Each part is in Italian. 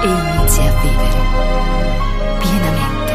e inizi a vivere pienamente.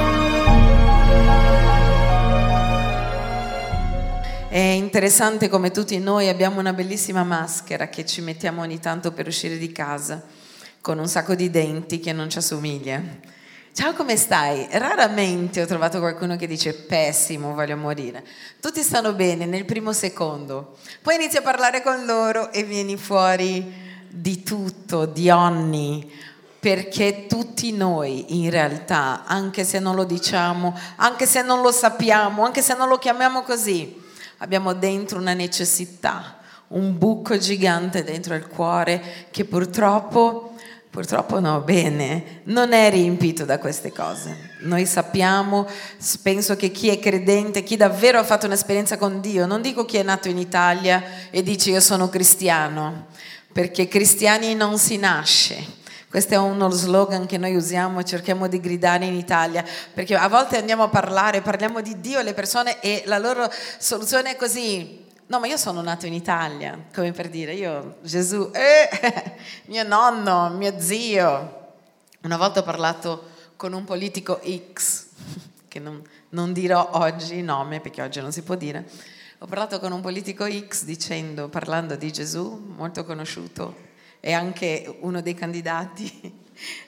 È interessante come tutti noi abbiamo una bellissima maschera che ci mettiamo ogni tanto per uscire di casa, con un sacco di denti che non ci assomiglia. Ciao, come stai? Raramente ho trovato qualcuno che dice pessimo, voglio morire. Tutti stanno bene nel primo secondo, poi inizi a parlare con loro e vieni fuori di tutto, di ogni, perché tutti noi in realtà, anche se non lo diciamo, anche se non lo sappiamo, anche se non lo chiamiamo così, abbiamo dentro una necessità, un buco gigante dentro il cuore che purtroppo no, bene, non è riempito da queste cose. Noi sappiamo, penso che chi è credente, chi davvero ha fatto un'esperienza con Dio, non dico chi è nato in Italia e dice io sono cristiano, perché cristiani non si nasce. Questo è uno slogan che noi usiamo e cerchiamo di gridare in Italia, perché a volte andiamo a parliamo di Dio alle persone e la loro soluzione è così: no, ma io sono nato in Italia, come per dire, io, Gesù, mio nonno, mio zio. Una volta ho parlato con un politico X, che non dirò oggi il nome perché oggi non si può dire. Ho parlato con un politico X parlando di Gesù, molto conosciuto, e anche uno dei candidati,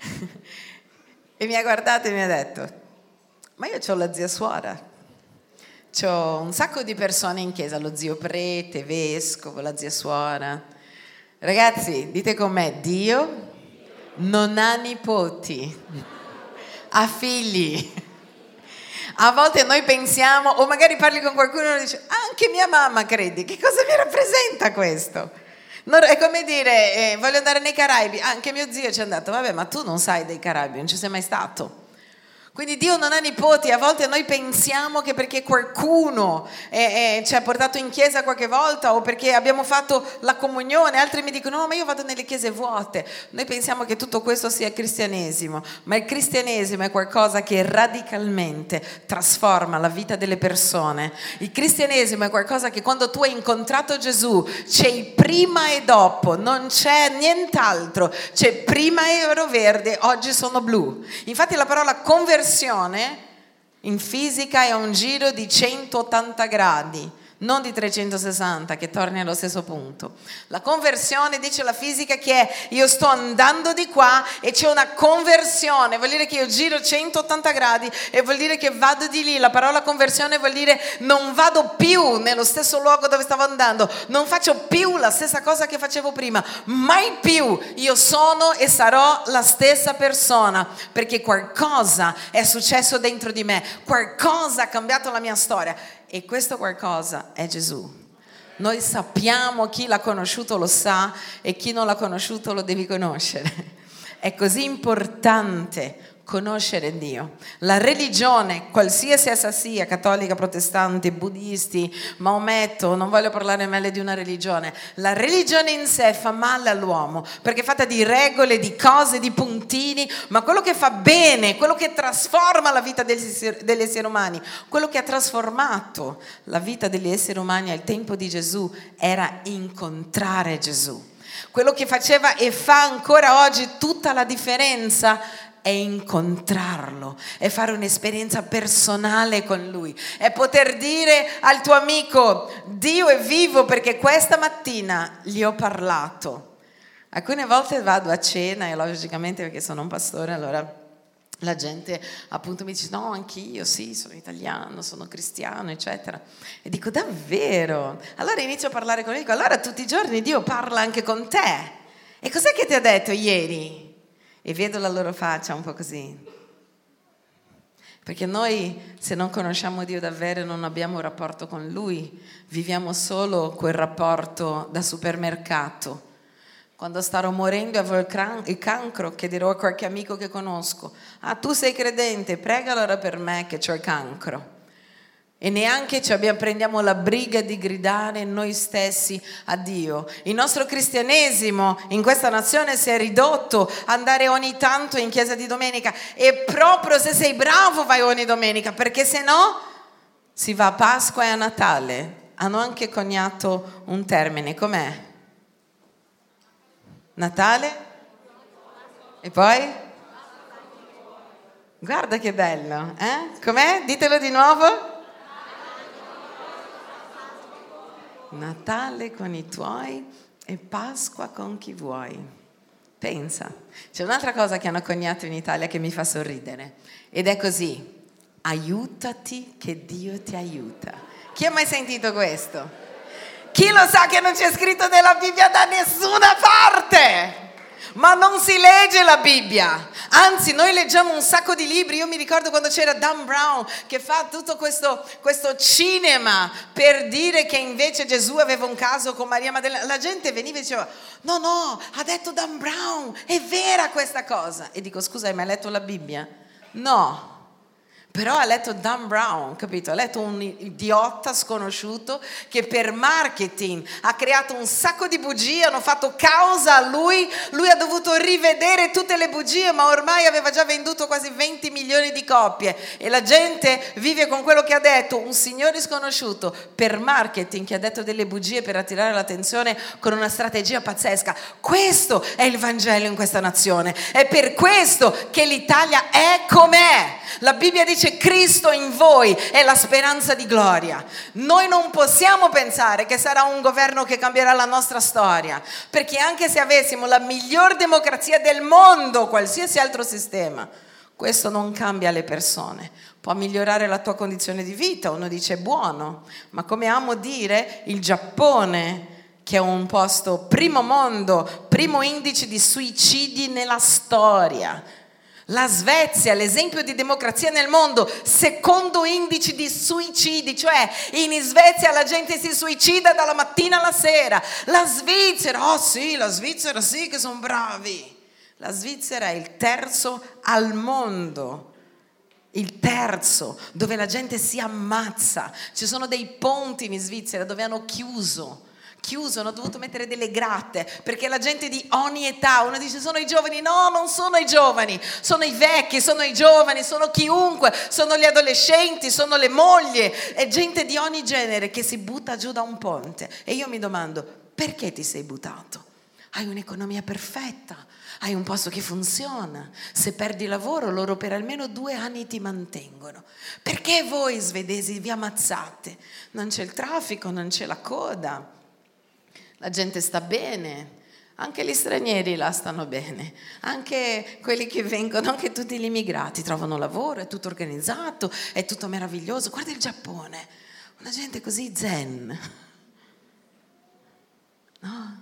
e mi ha guardato e mi ha detto: ma io ho la zia suora, c'ho un sacco di persone in chiesa, lo zio prete, vescovo, la zia suora. Ragazzi, dite con me: Dio non ha nipoti, ha figli. A volte noi pensiamo, o magari parli con qualcuno e dice: anche mia mamma credi. Che cosa mi rappresenta questo? È come dire, voglio andare nei Caraibi, anche mio zio ci è andato. Vabbè, ma tu non sai dei Caraibi, non ci sei mai stato. Quindi Dio non ha nipoti. A volte noi pensiamo che perché qualcuno ci ha portato in chiesa qualche volta o perché abbiamo fatto la comunione, altri mi dicono: no, ma io vado nelle chiese vuote. Noi pensiamo che tutto questo sia cristianesimo, ma il cristianesimo è qualcosa che radicalmente trasforma la vita delle persone. Il cristianesimo è qualcosa che quando tu hai incontrato Gesù c'è il prima e dopo, non c'è nient'altro, c'è prima ero verde, oggi sono blu. Infatti la parola conversione in fisica è un giro di 180 gradi, non di 360 che torni allo stesso punto. La conversione, dice la fisica, che è io sto andando di qua e c'è una conversione, vuol dire che io giro 180 gradi e vuol dire che vado di lì. La parola conversione vuol dire non vado più nello stesso luogo dove stavo andando, non faccio più la stessa cosa che facevo prima, mai più. Io sono e sarò la stessa persona perché qualcosa è successo dentro di me, qualcosa ha cambiato la mia storia. E questo qualcosa è Gesù. Noi sappiamo, chi l'ha conosciuto lo sa e chi non l'ha conosciuto lo devi conoscere. È così importante conoscere Dio. La religione, qualsiasi essa sia, cattolica, protestante, buddisti, Maometto, non voglio parlare male di una religione, la religione in sé fa male all'uomo perché è fatta di regole, di cose, di puntini, ma quello che fa bene, quello che trasforma la vita degli esseri umani, quello che ha trasformato la vita degli esseri umani al tempo di Gesù era incontrare Gesù. Quello che faceva e fa ancora oggi tutta la differenza è incontrarlo, è fare un'esperienza personale con lui, è poter dire al tuo amico: Dio è vivo perché questa mattina gli ho parlato. Alcune volte vado a cena e logicamente, perché sono un pastore, allora la gente appunto mi dice: no, anch'io, sì, sono italiano, sono cristiano, eccetera. E dico: davvero? Allora inizio a parlare con lui, dico: allora tutti i giorni Dio parla anche con te. E cos'è che ti ha detto ieri? E vedo la loro faccia un po' così. Perché noi, se non conosciamo Dio davvero, non abbiamo un rapporto con Lui, viviamo solo quel rapporto da supermercato. Quando starò morendo e avrò il cancro, chiederò a qualche amico che conosco: ah, tu sei credente, prega allora per me che ho il cancro. E neanche prendiamo la briga di gridare noi stessi a Dio. Il nostro cristianesimo in questa nazione si è ridotto a andare ogni tanto in chiesa di domenica, e proprio se sei bravo vai ogni domenica, perché se no si va a Pasqua e a Natale. Hanno anche coniato un termine, com'è? Natale? E poi? Guarda che bello, eh? Com'è? Ditelo di nuovo. Natale con i tuoi e Pasqua con chi vuoi. Pensa, c'è un'altra cosa che hanno coniato in Italia che mi fa sorridere ed è così: aiutati che Dio ti aiuta. Chi ha mai sentito questo? Chi lo sa che non c'è scritto nella Bibbia da nessuna parte? Ma non si legge la Bibbia, anzi noi leggiamo un sacco di libri. Io mi ricordo quando c'era Dan Brown che fa tutto questo cinema per dire che invece Gesù aveva un caso con Maria Maddalena. La gente veniva e diceva no, ha detto Dan Brown, è vera questa cosa. E dico scusa, hai mai letto la Bibbia? No. Però ha letto Dan Brown, capito? Ha letto un idiota sconosciuto che per marketing ha creato un sacco di bugie, hanno fatto causa a lui ha dovuto rivedere tutte le bugie, ma ormai aveva già venduto quasi 20 milioni di copie e la gente vive con quello che ha detto un signore sconosciuto per marketing che ha detto delle bugie per attirare l'attenzione con una strategia pazzesca. Questo è il Vangelo in questa nazione, è per questo che l'Italia è com'è. La Bibbia dice Cristo in voi è la speranza di gloria. Noi non possiamo pensare che sarà un governo che cambierà la nostra storia, perché anche se avessimo la miglior democrazia del mondo, qualsiasi altro sistema, questo non cambia le persone. Può migliorare la tua condizione di vita, uno dice buono, ma come amo dire, il Giappone, che è un posto primo mondo, primo indice di suicidi nella storia. La Svezia, l'esempio di democrazia nel mondo, secondo indice di suicidi, cioè in Svezia la gente si suicida dalla mattina alla sera. La Svizzera, la Svizzera sì che sono bravi. La Svizzera è il terzo al mondo, il terzo, dove la gente si ammazza. Ci sono dei ponti in Svizzera dove hanno chiuso, hanno dovuto mettere delle gratte perché la gente di ogni età, uno dice sono i giovani, no, non sono i giovani, sono i vecchi, sono i giovani, sono chiunque, sono gli adolescenti, sono le mogli, è gente di ogni genere che si butta giù da un ponte. E io mi domando, perché ti sei buttato? Hai un'economia perfetta, hai un posto che funziona, se perdi lavoro loro per almeno 2 anni ti mantengono. Perché voi svedesi vi ammazzate? Non c'è il traffico, non c'è la coda, la gente sta bene, anche gli stranieri là stanno bene, anche quelli che vengono, anche tutti gli immigrati trovano lavoro, è tutto organizzato, è tutto meraviglioso. Guarda il Giappone, una gente così zen, no?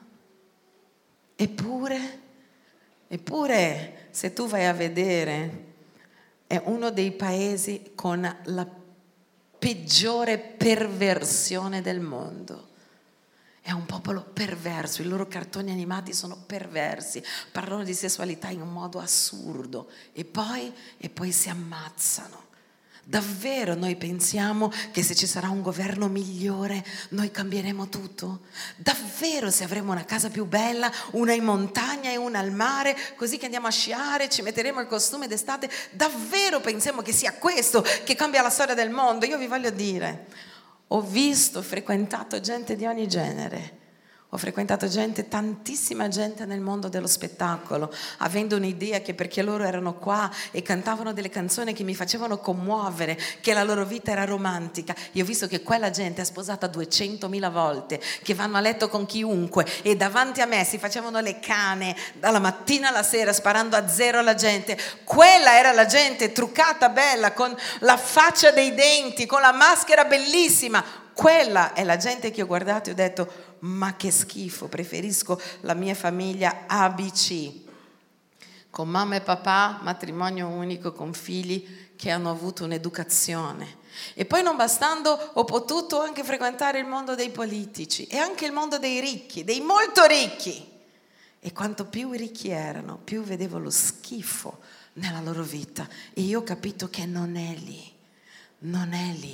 Eppure se tu vai a vedere è uno dei paesi con la peggiore perversione del mondo. È un popolo perverso, i loro cartoni animati sono perversi, parlano di sessualità in un modo assurdo e poi si ammazzano. Davvero noi pensiamo che se ci sarà un governo migliore noi cambieremo tutto? Davvero se avremo una casa più bella, una in montagna e una al mare, così che andiamo a sciare, ci metteremo il costume d'estate, davvero pensiamo che sia questo che cambia la storia del mondo? Io vi voglio dire, ho frequentato gente di ogni genere, ho frequentato tantissima gente nel mondo dello spettacolo, avendo un'idea che perché loro erano qua e cantavano delle canzoni che mi facevano commuovere, che la loro vita era romantica. Io ho visto che quella gente è sposata 200.000 volte, che vanno a letto con chiunque e davanti a me si facevano le cane dalla mattina alla sera sparando a zero alla gente. Quella era la gente truccata, bella, con la faccia dei denti, con la maschera bellissima. Quella è la gente che ho guardato e ho detto ma che schifo, preferisco la mia famiglia ABC, con mamma e papà, matrimonio unico, con figli che hanno avuto un'educazione. E poi non bastando ho potuto anche frequentare il mondo dei politici e anche il mondo dei ricchi, dei molto ricchi. E quanto più ricchi erano, più vedevo lo schifo nella loro vita e io ho capito che non è lì, non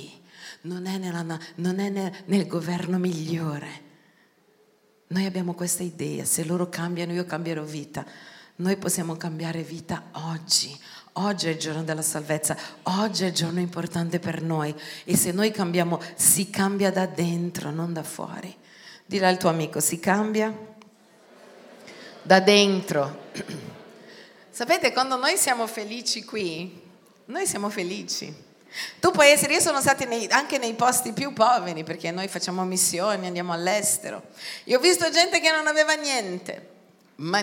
è nel governo migliore. Noi abbiamo questa idea, se loro cambiano io cambierò vita. Noi possiamo cambiare vita oggi. Oggi è il giorno della salvezza, oggi è il giorno importante per noi e se noi cambiamo si cambia da dentro, non da fuori. Dile al tuo amico, si cambia da dentro. Sapete, quando noi siamo felici qui, Noi siamo felici. Tu puoi essere, io sono stata anche nei posti più poveri, perché noi facciamo missioni, andiamo all'estero. Io ho visto gente che non aveva niente, ma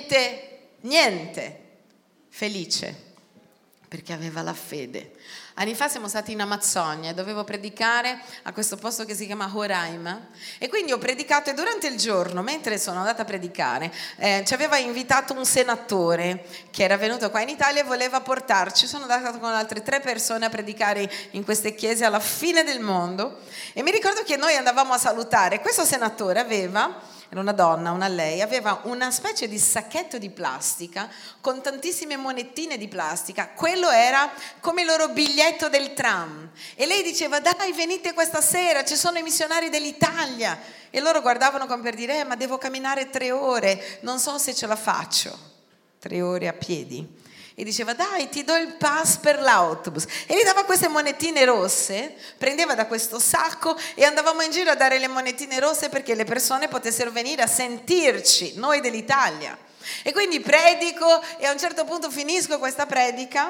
niente, felice, perché aveva la fede. Anni fa siamo stati in Amazzonia e dovevo predicare a questo posto che si chiama Roraima, e quindi ho predicato, e durante il giorno, mentre sono andata a predicare, ci aveva invitato un senatore che era venuto qua in Italia e voleva portarci. Sono andata con altre 3 persone a predicare in queste chiese alla fine del mondo, e mi ricordo che noi andavamo a salutare. Questo senatore era una donna, lei, aveva una specie di sacchetto di plastica con tantissime monetine di plastica. Quello era come il loro biglietto del tram, e lei diceva: dai, venite questa sera, ci sono i missionari dell'Italia. E loro guardavano come per dire: ma devo camminare 3 ore, non so se ce la faccio. 3 ore a piedi. E diceva: dai, ti do il pass per l'autobus. E gli dava queste monetine rosse, prendeva da questo sacco, e andavamo in giro a dare le monetine rosse perché le persone potessero venire a sentirci, noi dell'Italia. E quindi predico, e a un certo punto finisco questa predica,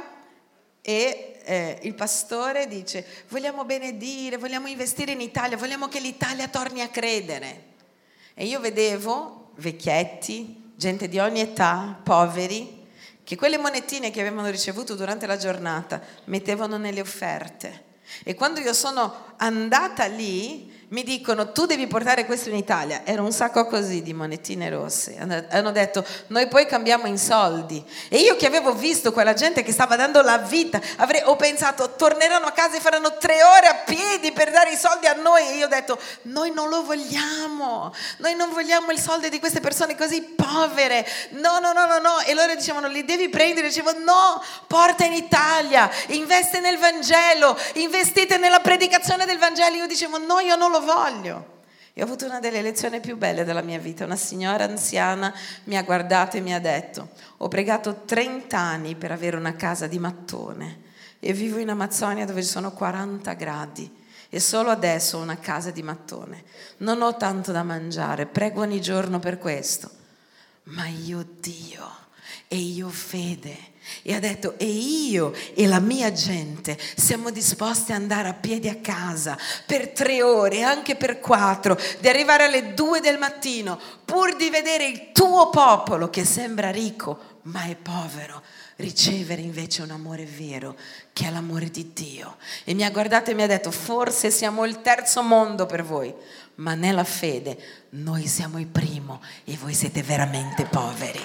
e il pastore dice: vogliamo benedire, vogliamo investire in Italia, vogliamo che l'Italia torni a credere. E io vedevo vecchietti, gente di ogni età, poveri, che quelle monetine che avevano ricevuto durante la giornata mettevano nelle offerte. E quando io sono andata lì, mi dicono: tu devi portare questo in Italia. Era un sacco così di monetine rosse. Hanno detto: noi poi cambiamo in soldi. E io, che avevo visto quella gente che stava dando la vita, ho pensato: torneranno a casa e faranno 3 ore a piedi per dare i soldi a noi. E io ho detto: noi non lo vogliamo, noi non vogliamo il soldo di queste persone così povere, no. E loro dicevano: li devi prendere. Dicevo: no, porta in Italia, investe nel Vangelo, investite nella predicazione del Vangelo. Io dicevo: no, io non lo voglio. E ho avuto una delle lezioni più belle della mia vita. Una signora anziana mi ha guardato e mi ha detto: ho pregato 30 anni per avere una casa di mattone, e vivo in Amazzonia dove ci sono 40 gradi, e solo adesso ho una casa di mattone. Non ho tanto da mangiare, prego ogni giorno per questo, ma io Dio e io fede. E ha detto: e io e la mia gente siamo disposti ad andare a piedi a casa per 3 ore, anche per 4, di arrivare alle 2 del mattino, pur di vedere il tuo popolo, che sembra ricco ma è povero, ricevere invece un amore vero, che è l'amore di Dio. E mi ha guardato e mi ha detto: forse siamo il terzo mondo per voi, ma nella fede noi siamo il primo e voi siete veramente poveri.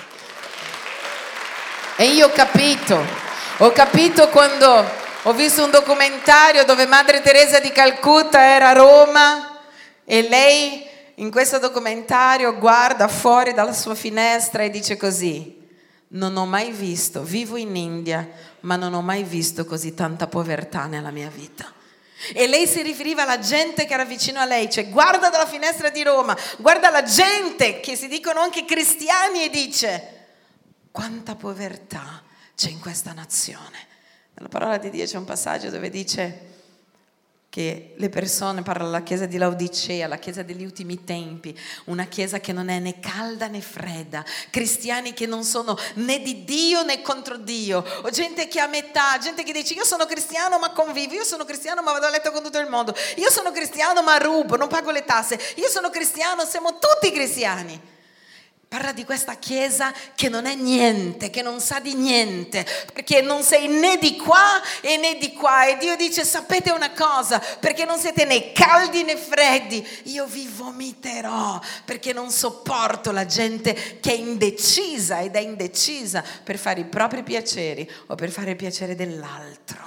E io ho capito quando ho visto un documentario dove Madre Teresa di Calcutta era a Roma, e lei in questo documentario guarda fuori dalla sua finestra e dice così: non ho mai visto, vivo in India, ma non ho mai visto così tanta povertà nella mia vita. E lei si riferiva alla gente che era vicino a lei, cioè guarda dalla finestra di Roma, guarda la gente che si dicono anche cristiani, e dice: quanta povertà c'è in questa nazione. Nella parola di Dio c'è un passaggio dove dice che le persone, parla alla chiesa di Laodicea, la chiesa degli ultimi tempi, una chiesa che non è né calda né fredda, cristiani che non sono né di Dio né contro Dio, o gente che è a metà, gente che dice: io sono cristiano ma convivo, io sono cristiano ma vado a letto con tutto il mondo, io sono cristiano ma rubo, non pago le tasse, io sono cristiano, siamo tutti cristiani. Parla di questa chiesa che non è niente, che non sa di niente, perché non sei né di qua e né di qua. E Dio dice: sapete una cosa, perché non siete né caldi né freddi, io vi vomiterò, perché non sopporto la gente che è indecisa ed è indecisa per fare i propri piaceri o per fare il piacere dell'altro.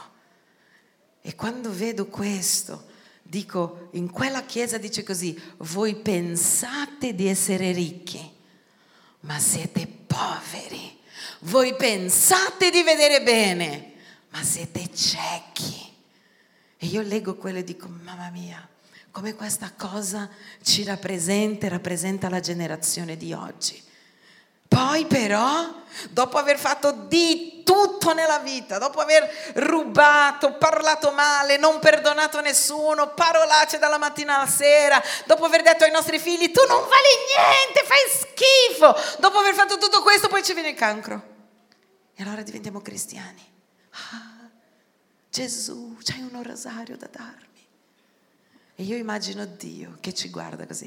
E quando vedo questo, dico, in quella chiesa dice così: voi pensate di essere ricchi, ma siete poveri. Voi pensate di vedere bene, ma siete ciechi. E io leggo quello e dico: mamma mia, come questa cosa ci rappresenta la generazione di oggi. Poi però, dopo aver fatto di tutto nella vita, dopo aver rubato, parlato male, non perdonato nessuno, parolacce dalla mattina alla sera, dopo aver detto ai nostri figli: tu non vali niente, fai schifo, dopo aver fatto tutto questo, poi ci viene il cancro. E allora diventiamo cristiani. Gesù, c'hai uno rosario da darmi? E io immagino Dio che ci guarda così.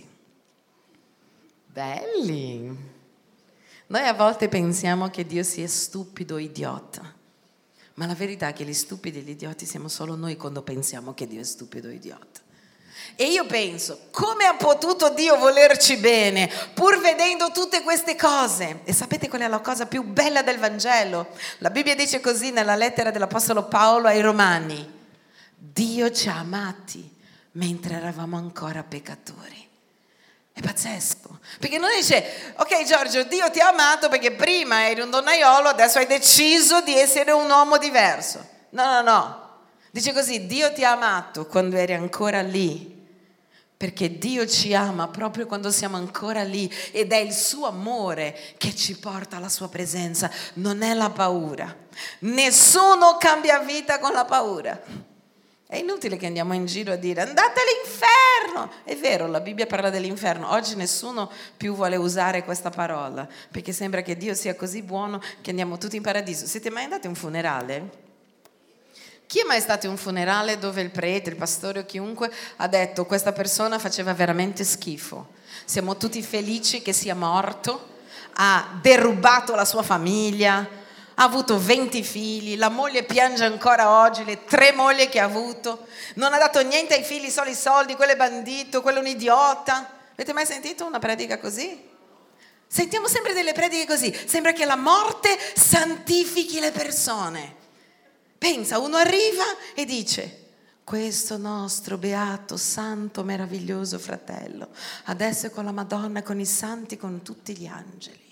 Belli! Noi a volte pensiamo che Dio sia stupido o idiota, ma la verità è che gli stupidi e gli idioti siamo solo noi quando pensiamo che Dio è stupido o idiota. E io penso, come ha potuto Dio volerci bene pur vedendo tutte queste cose? E sapete qual è la cosa più bella del Vangelo? La Bibbia dice così nella lettera dell'Apostolo Paolo ai Romani: Dio ci ha amati mentre eravamo ancora peccatori. È pazzesco, perché non dice, ok Giorgio, Dio ti ha amato perché prima eri un donnaiolo, adesso hai deciso di essere un uomo diverso. No. Dice così, Dio ti ha amato quando eri ancora lì, perché Dio ci ama proprio quando siamo ancora lì, ed è il suo amore che ci porta alla sua presenza, non è la paura. Nessuno cambia vita con la paura. È inutile che andiamo in giro a dire andate all'inferno. È vero, la Bibbia parla dell'inferno. Oggi nessuno più vuole usare questa parola, perché sembra che Dio sia così buono che andiamo tutti in paradiso. Siete mai andati a un funerale? Chi è mai stato in un funerale dove il prete, il pastore o chiunque ha detto questa persona faceva veramente schifo, siamo tutti felici che sia morto, ha derubato la sua famiglia, ha avuto 20 figli, la moglie piange ancora oggi, le 3 mogli che ha avuto, non ha dato niente ai figli, solo i soldi, quello è bandito, quello è un idiota. Avete mai sentito una predica così? Sentiamo sempre delle prediche così, sembra che la morte santifichi le persone. Pensa, uno arriva e dice, questo nostro beato, santo, meraviglioso fratello, adesso è con la Madonna, con i santi, con tutti gli angeli.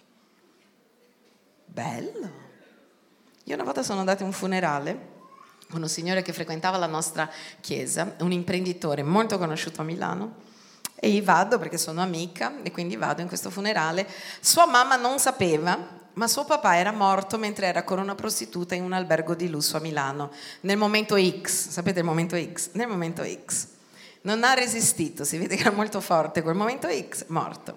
Bello! Io una volta sono andata a un funerale con un signore che frequentava la nostra chiesa, un imprenditore molto conosciuto a Milano, e io vado perché sono amica e quindi vado in questo funerale. Sua mamma non sapeva, ma suo papà era morto mentre era con una prostituta in un albergo di lusso a Milano, nel momento X, sapete il momento X? Nel momento X. Non ha resistito, si vede che era molto forte quel momento X, morto.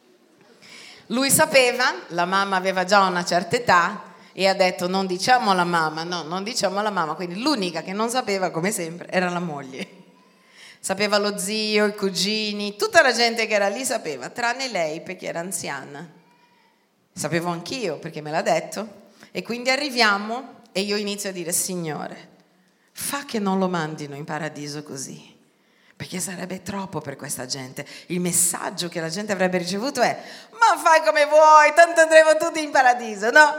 Lui sapeva, la mamma aveva già una certa età, e ha detto non diciamo alla mamma, no, non diciamo alla mamma, quindi l'unica che non sapeva, come sempre, era la moglie. Sapeva lo zio, i cugini, tutta la gente che era lì sapeva, tranne lei perché era anziana. Sapevo anch'io perché me l'ha detto, e quindi arriviamo e io inizio a dire, Signore, fa che non lo mandino in paradiso così, perché sarebbe troppo per questa gente. Il messaggio che la gente avrebbe ricevuto è, ma fai come vuoi, tanto andremo tutti in paradiso, no?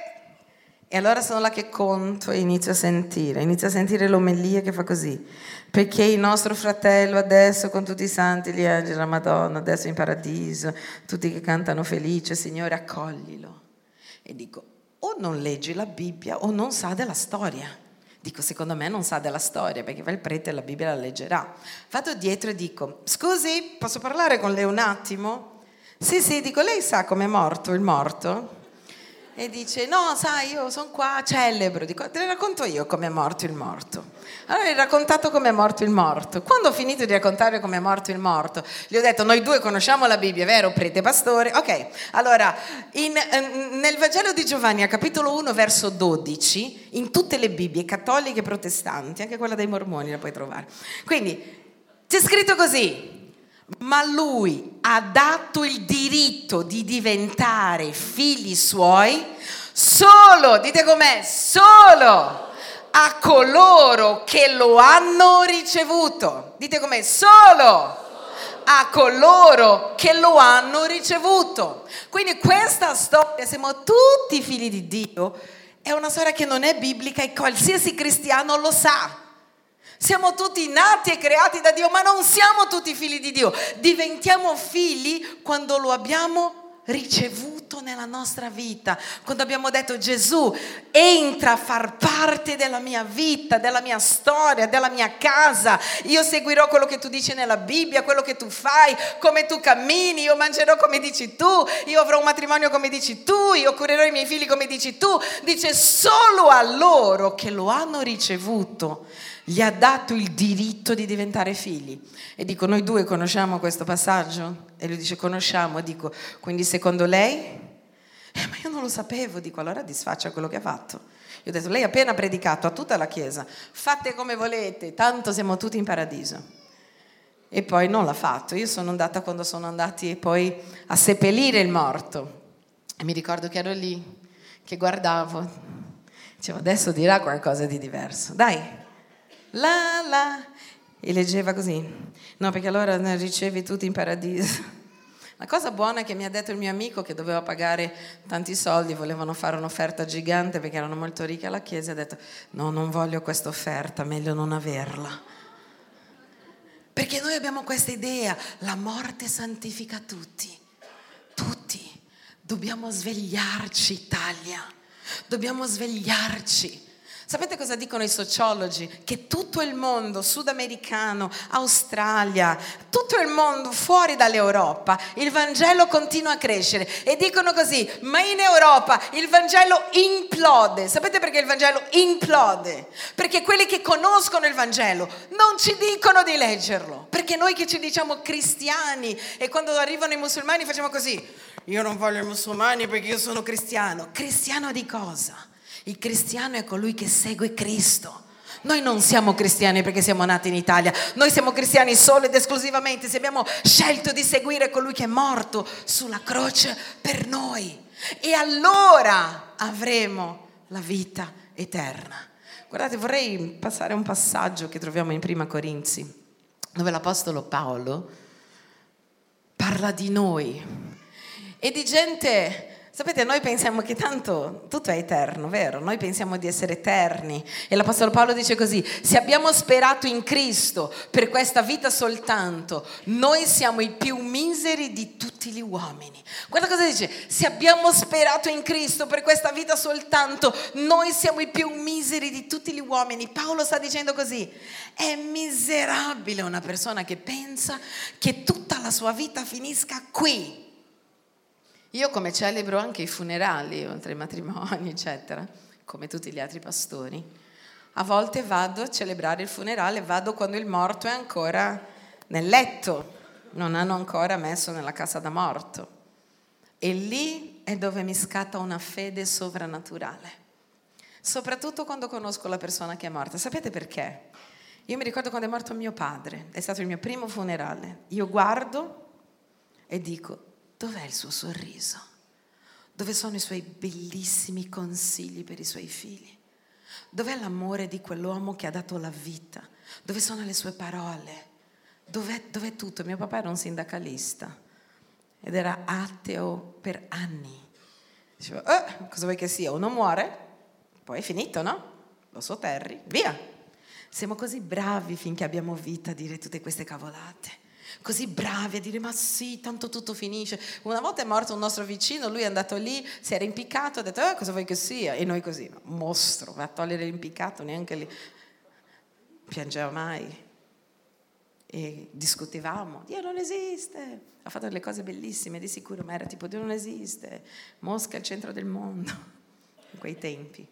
E allora sono là che conto e inizio a sentire l'omelia che fa così, perché il nostro fratello adesso con tutti i santi, gli angeli, la Madonna, adesso è in paradiso, tutti che cantano felice, Signore accoglilo. E dico, o non leggi la Bibbia o non sa della storia. Dico, secondo me non sa della storia, perché va il prete e la Bibbia la leggerà. Vado dietro e dico, scusi, posso parlare con lei un attimo? Sì, dico, lei sa com'è morto il morto? E dice, no, sai, io sono qua, celebro. Dico, te ne racconto io come è morto il morto. Allora gli ho raccontato come è morto il morto. Quando ho finito di raccontare come è morto il morto, gli ho detto, noi due conosciamo la Bibbia, vero, prete pastore? Ok, allora, nel Vangelo di Giovanni, a capitolo 1, verso 12, in tutte le Bibbie, cattoliche e protestanti, anche quella dei mormoni la puoi trovare. Quindi, c'è scritto così, ma lui ha dato il diritto di diventare figli suoi solo, dite com'è, solo a coloro che lo hanno ricevuto. Dite com'è, solo a coloro che lo hanno ricevuto. Quindi questa storia, siamo tutti figli di Dio, è una storia che non è biblica e qualsiasi cristiano lo sa. Siamo tutti nati e creati da Dio, ma non siamo tutti figli di Dio. Diventiamo figli quando lo abbiamo ricevuto nella nostra vita, quando abbiamo detto Gesù entra a far parte della mia vita, della mia storia, della mia casa. Io seguirò quello che tu dici nella Bibbia, quello che tu fai, come tu cammini, io mangerò come dici tu, io avrò un matrimonio come dici tu, io curerò i miei figli come dici tu. Dice solo a loro che lo hanno ricevuto gli ha dato il diritto di diventare figli. E dico, noi due conosciamo questo passaggio? E lui dice, conosciamo. E dico, quindi secondo lei Ma io non lo sapevo, dico, allora disfaccia quello che ha fatto. Io ho detto, lei ha appena predicato a tutta la chiesa, fate come volete, tanto siamo tutti in paradiso. E poi non l'ha fatto. Io sono andata quando sono andati poi a seppellire il morto. E mi ricordo che ero lì, che guardavo, dicevo, adesso dirà qualcosa di diverso. Dai, e leggeva così. No, perché allora ne ricevi tutti in paradiso. La cosa buona è che mi ha detto il mio amico che doveva pagare tanti soldi, volevano fare un'offerta gigante perché erano molto ricche alla chiesa, ha detto, no, non voglio questa offerta, meglio non averla. Perché noi abbiamo questa idea, la morte santifica tutti. Dobbiamo svegliarci, Italia, dobbiamo svegliarci. Sapete cosa dicono i sociologi? Che tutto il mondo sudamericano, Australia, tutto il mondo fuori dall'Europa, il Vangelo continua a crescere. E dicono così, ma in Europa il Vangelo implode. Sapete perché il Vangelo implode? Perché quelli che conoscono il Vangelo non ci dicono di leggerlo. Perché noi che ci diciamo cristiani e quando arrivano i musulmani facciamo così, io non voglio i musulmani perché io sono cristiano. Cristiano di cosa? Il cristiano è colui che segue Cristo. Noi non siamo cristiani perché siamo nati in Italia, noi siamo cristiani solo ed esclusivamente se abbiamo scelto di seguire colui che è morto sulla croce per noi. E allora avremo la vita eterna. Guardate, vorrei passare un passaggio che troviamo in Prima Corinzi, dove l'Apostolo Paolo parla di noi e di gente. Sapete, noi pensiamo che tanto tutto è eterno, vero? Noi pensiamo di essere eterni. E l'Apostolo Paolo dice così, se abbiamo sperato in Cristo per questa vita soltanto, noi siamo i più miseri di tutti gli uomini. Guarda cosa dice, se abbiamo sperato in Cristo per questa vita soltanto, noi siamo i più miseri di tutti gli uomini. Paolo sta dicendo così, è miserabile una persona che pensa che tutta la sua vita finisca qui. Io come celebro anche i funerali, oltre ai matrimoni, eccetera, come tutti gli altri pastori, a volte vado a celebrare il funerale, vado quando il morto è ancora nel letto, non hanno ancora messo nella casa da morto. E lì è dove mi scatta una fede sovrannaturale, soprattutto quando conosco la persona che è morta. Sapete perché? Io mi ricordo quando è morto mio padre, è stato il mio primo funerale. Io guardo e dico, dov'è il suo sorriso? Dove sono i suoi bellissimi consigli per i suoi figli? Dov'è l'amore di quell'uomo che ha dato la vita? Dove sono le sue parole? Dov'è tutto? Mio papà era un sindacalista ed era ateo per anni. Diceva, cosa vuoi che sia? Uno muore, poi è finito, no? Lo sotterri, via. Siamo così bravi finché abbiamo vita a dire tutte queste cavolate. Così bravi a dire ma sì, tanto tutto finisce. Una volta è morto un nostro vicino, lui è andato lì, si era impiccato, ha detto cosa vuoi che sia? E noi così, mostro, va a togliere l'impiccato, neanche lì piangeva mai. E discutevamo, Dio non esiste, ha fatto delle cose bellissime di sicuro, ma era tipo Dio non esiste, Mosca è il centro del mondo in quei tempi.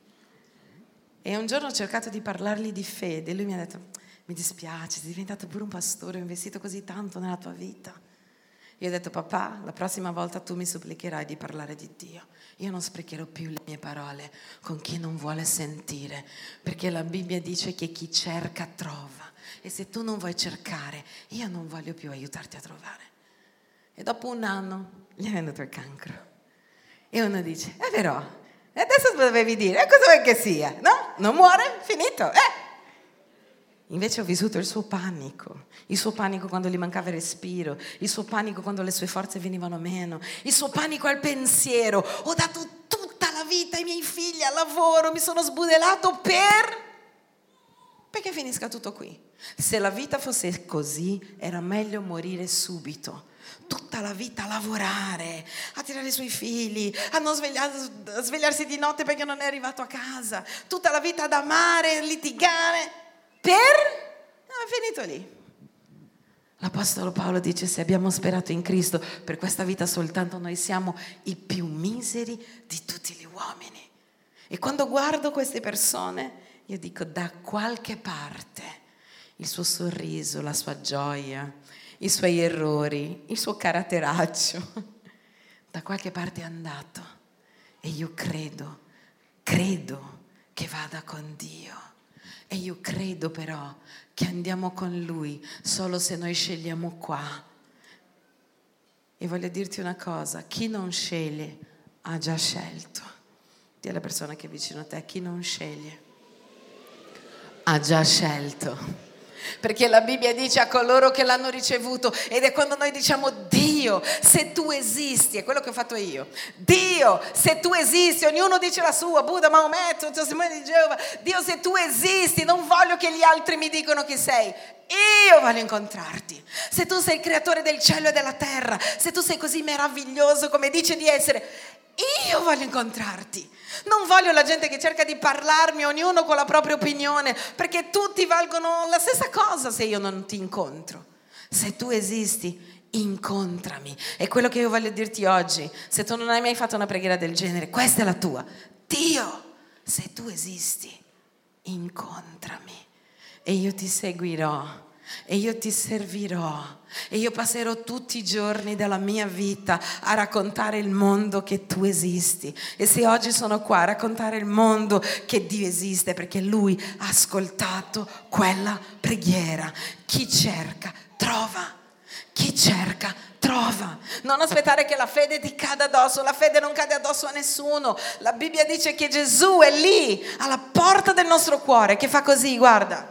E un giorno ho cercato di parlargli di fede e lui mi ha detto mi dispiace, sei diventato pure un pastore, ho investito così tanto nella tua vita. Io ho detto papà, la prossima volta tu mi supplicherai di parlare di Dio. Io non sprecherò più le mie parole con chi non vuole sentire, perché la Bibbia dice che chi cerca trova. E se tu non vuoi cercare, io non voglio più aiutarti a trovare. E dopo un anno gli è venuto il cancro. E uno dice, è vero, e adesso dovevi dire, cosa vuoi che sia? No? Non muore? Finito? Invece ho vissuto il suo panico quando gli mancava il respiro, il suo panico quando le sue forze venivano meno, il suo panico al pensiero. Ho dato tutta la vita ai miei figli, al lavoro, mi sono sbudelato perché finisca tutto qui. Se la vita fosse così, era meglio morire subito. Tutta la vita a lavorare, a tirare i suoi figli, a non svegliarsi di notte perché non è arrivato a casa, tutta la vita ad amare, litigare. È finito lì. L'Apostolo Paolo dice se abbiamo sperato in Cristo per questa vita soltanto, noi siamo i più miseri di tutti gli uomini. E quando guardo queste persone io dico da qualche parte il suo sorriso, la sua gioia, i suoi errori, il suo caratteraccio da qualche parte è andato. E io credo che vada con Dio. E io credo però che andiamo con Lui solo se noi scegliamo qua. E voglio dirti una cosa, chi non sceglie ha già scelto. Dì alla persona che è vicino a te, chi non sceglie ha già scelto. Perché la Bibbia dice a coloro che l'hanno ricevuto, ed è quando noi diciamo: Dio, se tu esisti, è quello che ho fatto io. Dio, se tu esisti, ognuno dice la sua, Buddha, Maometto, testimone di Geova. Dio, se tu esisti, non voglio che gli altri mi dicono chi sei. Io voglio incontrarti. Se tu sei il creatore del cielo e della terra, se tu sei così meraviglioso come dice di essere, io voglio incontrarti. Non voglio la gente che cerca di parlarmi, ognuno con la propria opinione, perché tutti valgono la stessa cosa se io non ti incontro. Se tu esisti, incontrami. È quello che io voglio dirti oggi. Se tu non hai mai fatto una preghiera del genere, questa è la tua. Dio, se tu esisti, incontrami e io ti seguirò. E io ti servirò e io passerò tutti i giorni della mia vita a raccontare il mondo che tu esisti. E se oggi sono qua a raccontare il mondo che Dio esiste, perché Lui ha ascoltato quella preghiera. Chi cerca trova, chi cerca trova. Non aspettare che la fede ti cada addosso. La fede non cade addosso a nessuno. La Bibbia dice che Gesù è lì alla porta del nostro cuore, che fa così, guarda,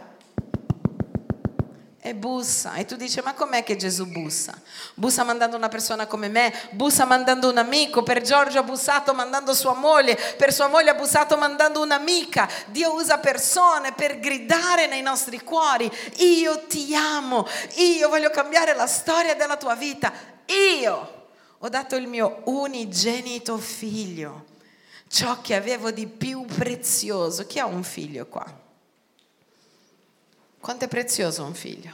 e bussa. E tu dici: ma com'è che Gesù bussa? Bussa mandando una persona come me, bussa mandando un amico. Per Giorgio ha bussato mandando sua moglie, per sua moglie ha bussato mandando un'amica. Dio usa persone per gridare nei nostri cuori: io ti amo, io voglio cambiare la storia della tua vita, io ho dato il mio unigenito figlio, ciò che avevo di più prezioso. Chi ha un figlio qua? Quanto è prezioso un figlio?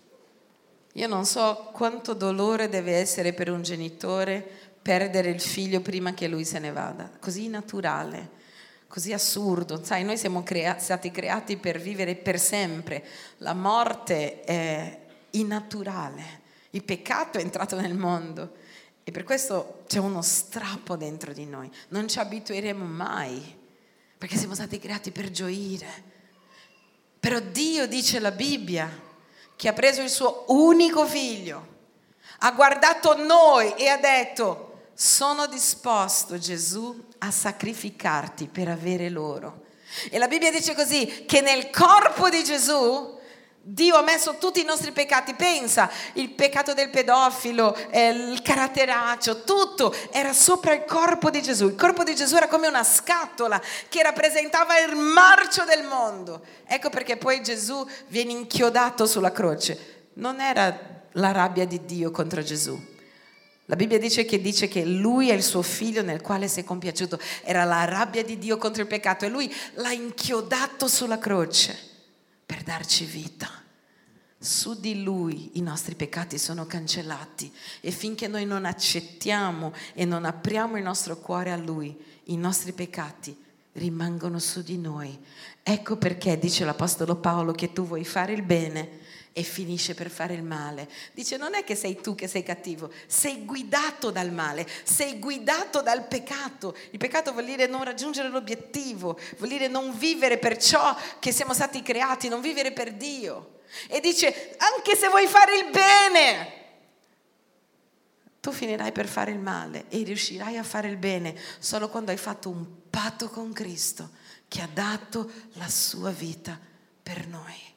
Io non so quanto dolore deve essere per un genitore perdere il figlio prima che lui se ne vada. Così naturale, così assurdo. Sai, noi siamo stati creati per vivere per sempre. La morte è innaturale. Il peccato è entrato nel mondo e per questo c'è uno strappo dentro di noi. Non ci abitueremo mai, perché siamo stati creati per gioire. Però Dio, dice la Bibbia, che ha preso il suo unico figlio, ha guardato noi e ha detto: sono disposto, Gesù, a sacrificarti per avere loro. E la Bibbia dice così, che nel corpo di Gesù Dio ha messo tutti i nostri peccati. Pensa, il peccato del pedofilo, il caratteraccio, tutto era sopra il corpo di Gesù. Il corpo di Gesù era come una scatola che rappresentava il marcio del mondo. Ecco perché poi Gesù viene inchiodato sulla croce. Non era la rabbia di Dio contro Gesù. La Bibbia dice che lui è il suo figlio nel quale si è compiaciuto. Era la rabbia di Dio contro il peccato e lui l'ha inchiodato sulla croce per darci vita. Su di lui i nostri peccati sono cancellati e finché noi non accettiamo e non apriamo il nostro cuore a lui, i nostri peccati rimangono su di noi. Ecco perché dice l'Apostolo Paolo che tu vuoi fare il bene e finisce per fare il male. Dice: non è che sei tu che sei cattivo, sei guidato dal male, sei guidato dal peccato. Il peccato vuol dire non raggiungere l'obiettivo, vuol dire non vivere per ciò che siamo stati creati, non vivere per Dio. E dice: anche se vuoi fare il bene, tu finirai per fare il male e riuscirai a fare il bene solo quando hai fatto un patto con Cristo che ha dato la sua vita per noi.